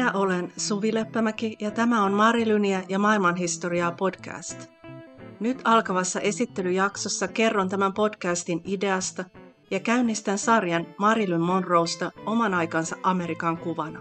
Minä olen Suvi Leppämäki ja tämä on Marilyniä ja maailmanhistoriaa podcast. Nyt alkavassa esittelyjaksossa kerron tämän podcastin ideasta ja käynnistän sarjan Marilyn Monroesta oman aikansa Amerikan kuvana.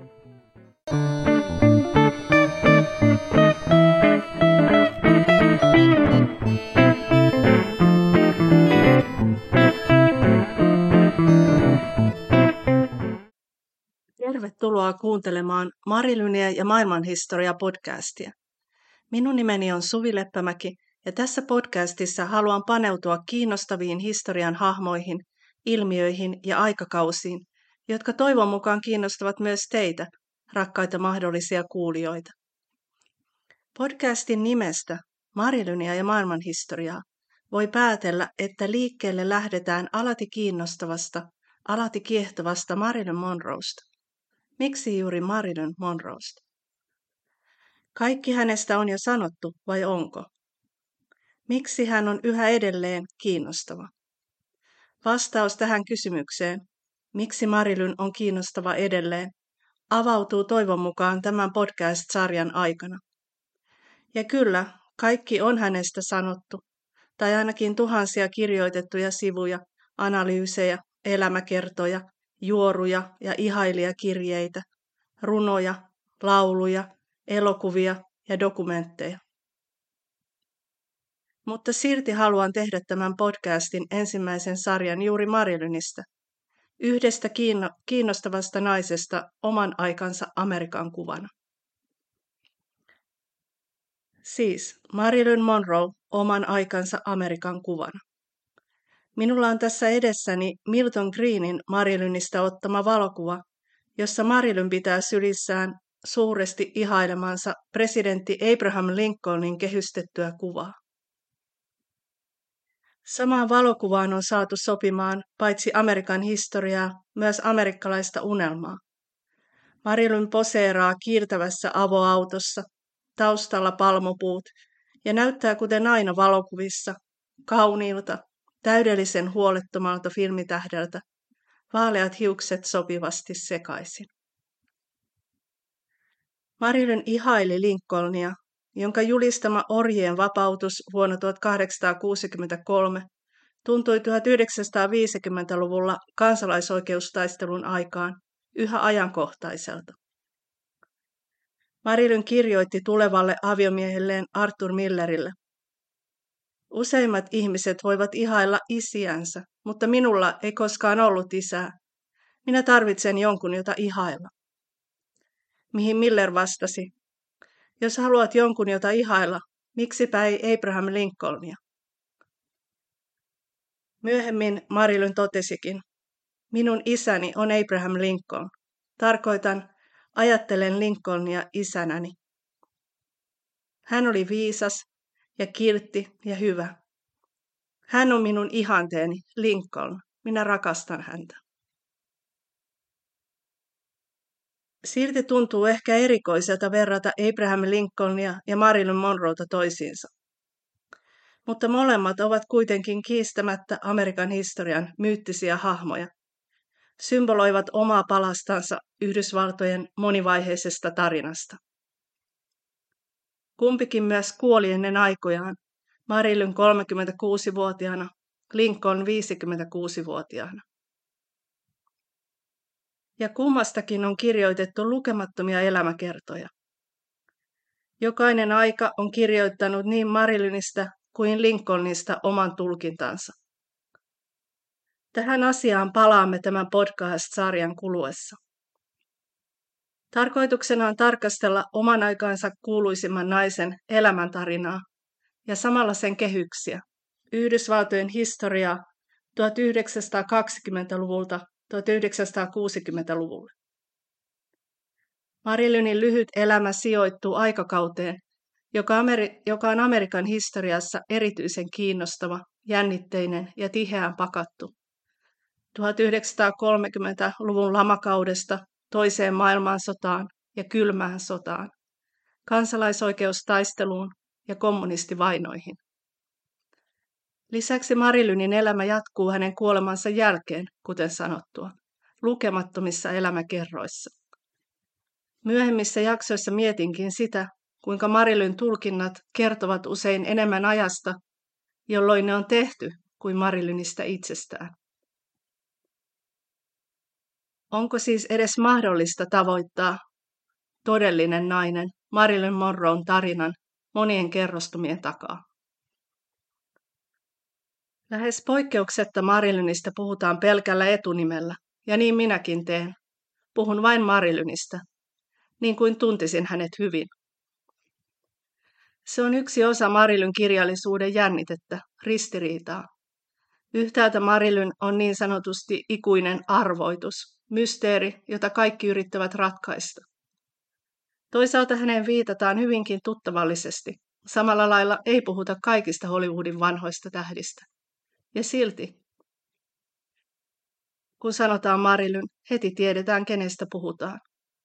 Tervetuloa kuuntelemaan Marilyniä ja maailmanhistoria podcastia. Minun nimeni on Suvi Leppämäki ja tässä podcastissa haluan paneutua kiinnostaviin historian hahmoihin, ilmiöihin ja aikakausiin, jotka toivon mukaan kiinnostavat myös teitä, rakkaita mahdollisia kuulijoita. Podcastin nimestä Marilyniä ja maailmanhistoriaa voi päätellä, että liikkeelle lähdetään alati kiinnostavasta, alati kiehtovasta Marilyn Monroesta. Miksi juuri Marilyn Monroesta? Kaikki hänestä on jo sanottu, vai onko? Miksi hän on yhä edelleen kiinnostava? Vastaus tähän kysymykseen, miksi Marilyn on kiinnostava edelleen, avautuu toivon mukaan tämän podcast-sarjan aikana. Ja kyllä, kaikki on hänestä sanottu, tai ainakin tuhansia kirjoitettuja sivuja, analyysejä, elämäkertoja, juoruja ja ihailijakirjeitä, runoja, lauluja, elokuvia ja dokumentteja. Mutta silti haluan tehdä tämän podcastin ensimmäisen sarjan juuri Marilynistä, yhdestä kiinnostavasta naisesta oman aikansa Amerikan kuvana. Siis Marilyn Monroe oman aikansa Amerikan kuvana. Minulla on tässä edessäni Milton Greenin Marilynistä ottama valokuva, jossa Marilyn pitää sylissään suuresti ihailemansa presidentti Abraham Lincolnin kehystettyä kuvaa. Samaan valokuvaan on saatu sopimaan paitsi Amerikan historiaa, myös amerikkalaista unelmaa. Marilyn poseeraa kiiltävässä avoautossa, taustalla palmupuut, ja näyttää kuten aina valokuvissa, kauniilta, täydellisen huolettomalta filmitähdeltä, vaaleat hiukset sopivasti sekaisin. Marilyn ihaili Lincolnia, jonka julistama orjien vapautus vuonna 1863 tuntui 1950-luvulla kansalaisoikeustaistelun aikaan yhä ajankohtaiselta. Marilyn kirjoitti tulevalle aviomiehelleen Arthur Millerille: "Useimmat ihmiset voivat ihailla isiänsä, mutta minulla ei koskaan ollut isää. Minä tarvitsen jonkun, jota ihailla." Mihin Miller vastasi: "Jos haluat jonkun, jota ihailla, miksipä ei Abraham Lincolnia?" Myöhemmin Marilyn totesikin: "Minun isäni on Abraham Lincoln. Ajattelen Lincolnia isänäni. Hän oli viisas ja kiltti ja hyvä. Hän on minun ihanteeni, Lincoln. Minä rakastan häntä." Silti tuntuu ehkä erikoiselta verrata Abraham Lincolnia ja Marilyn Monroeta toisiinsa. Mutta molemmat ovat kuitenkin kiistämättä Amerikan historian myyttisiä hahmoja, symboloivat omaa palastansa Yhdysvaltojen monivaiheisesta tarinasta. Kumpikin myös kuoli ennen aikojaan, Marilyn 36-vuotiaana, Lincoln 56-vuotiaana. Ja kummastakin on kirjoitettu lukemattomia elämäkertoja. Jokainen aika on kirjoittanut niin Marilynistä kuin Lincolnista oman tulkintansa. Tähän asiaan palaamme tämän podcast-sarjan kuluessa. Tarkoituksena on tarkastella oman aikansa kuuluisimman naisen elämäntarinaa ja samalla sen kehyksiä, Yhdysvaltojen historiaa 1920-luvulta 1960-luvulle. Marilynin lyhyt elämä sijoittuu aikakauteen, joka on Amerikan historiassa erityisen kiinnostava, jännitteinen ja tiheään pakattu. 1930-luvun lamakaudesta toiseen maailmansotaan ja kylmään sotaan, kansalaisoikeustaisteluun ja kommunistivainoihin. Lisäksi Marilynin elämä jatkuu hänen kuolemansa jälkeen, kuten sanottua, lukemattomissa elämäkerroissa. Myöhemmissä jaksoissa mietinkin sitä, kuinka Marylyn tulkinnat kertovat usein enemmän ajasta, jolloin ne on tehty, kuin Marylynistä itsestään. Onko siis edes mahdollista tavoittaa todellinen nainen Marilyn Monroen tarinan monien kerrostumien takaa? Lähes poikkeuksetta Marylynistä puhutaan pelkällä etunimellä, ja niin minäkin teen. Puhun vain Marylynistä, niin kuin tuntisin hänet hyvin. Se on yksi osa Marylyn kirjallisuuden jännitettä, ristiriitaa. Yhtäältä Marylyn on niin sanotusti ikuinen arvoitus, mysteeri, jota kaikki yrittävät ratkaista. Toisaalta häneen viitataan hyvinkin tuttavallisesti. Samalla lailla ei puhuta kaikista Hollywoodin vanhoista tähdistä. Ja silti, kun sanotaan Marylyn, heti tiedetään, kenestä puhutaan.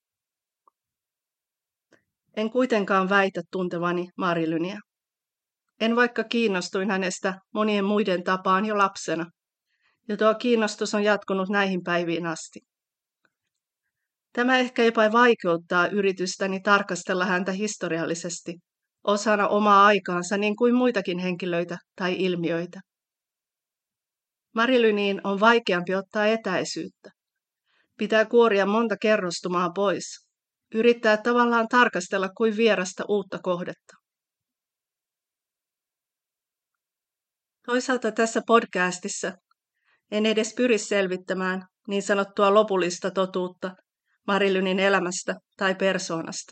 En kuitenkaan väitä tuntevani Marilynia. En vaikka kiinnostuin hänestä monien muiden tapaan jo lapsena, ja tuo kiinnostus on jatkunut näihin päiviin asti. Tämä ehkä jopa vaikeuttaa yritystäni tarkastella häntä historiallisesti, osana omaa aikaansa niin kuin muitakin henkilöitä tai ilmiöitä. Marilyniin on vaikeampi ottaa etäisyyttä. Pitää kuoria monta kerrostumaa pois. Yrittää tavallaan tarkastella kuin vierasta uutta kohdetta. Toisaalta tässä podcastissa en edes pyri selvittämään niin sanottua lopullista totuutta Marilynin elämästä tai persoonasta.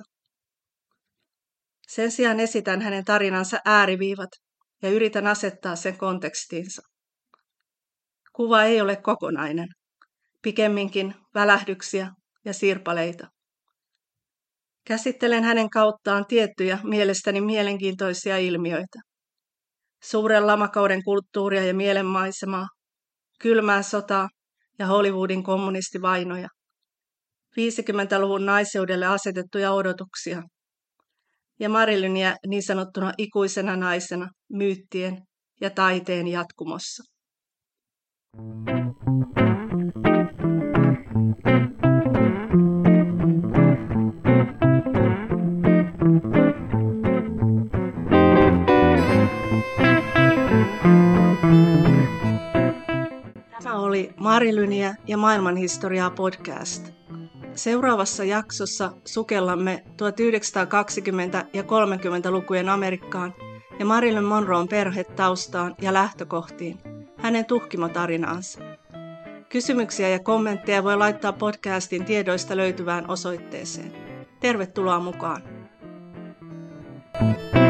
Sen sijaan esitän hänen tarinansa ääriviivat ja yritän asettaa sen kontekstiinsa. Kuva ei ole kokonainen, pikemminkin välähdyksiä ja sirpaleita. Käsittelen hänen kauttaan tiettyjä mielestäni mielenkiintoisia ilmiöitä. Suuren lamakauden kulttuuria ja mielenmaisemaa, kylmää sotaa ja Hollywoodin kommunistivainoja, 50-luvun naiseudelle asetettuja odotuksia ja Marilyniä niin sanottuna ikuisena naisena myyttien ja taiteen jatkumossa. Tämä oli Marilyniä ja maailmanhistoriaa podcast. Seuraavassa jaksossa sukellamme 1920- ja 30-lukujen Amerikkaan ja Marilyn Monroen perhetaustaan ja lähtökohtiin, hänen tuhkimotarinaansa. Kysymyksiä ja kommentteja voi laittaa podcastin tiedoista löytyvään osoitteeseen. Tervetuloa mukaan!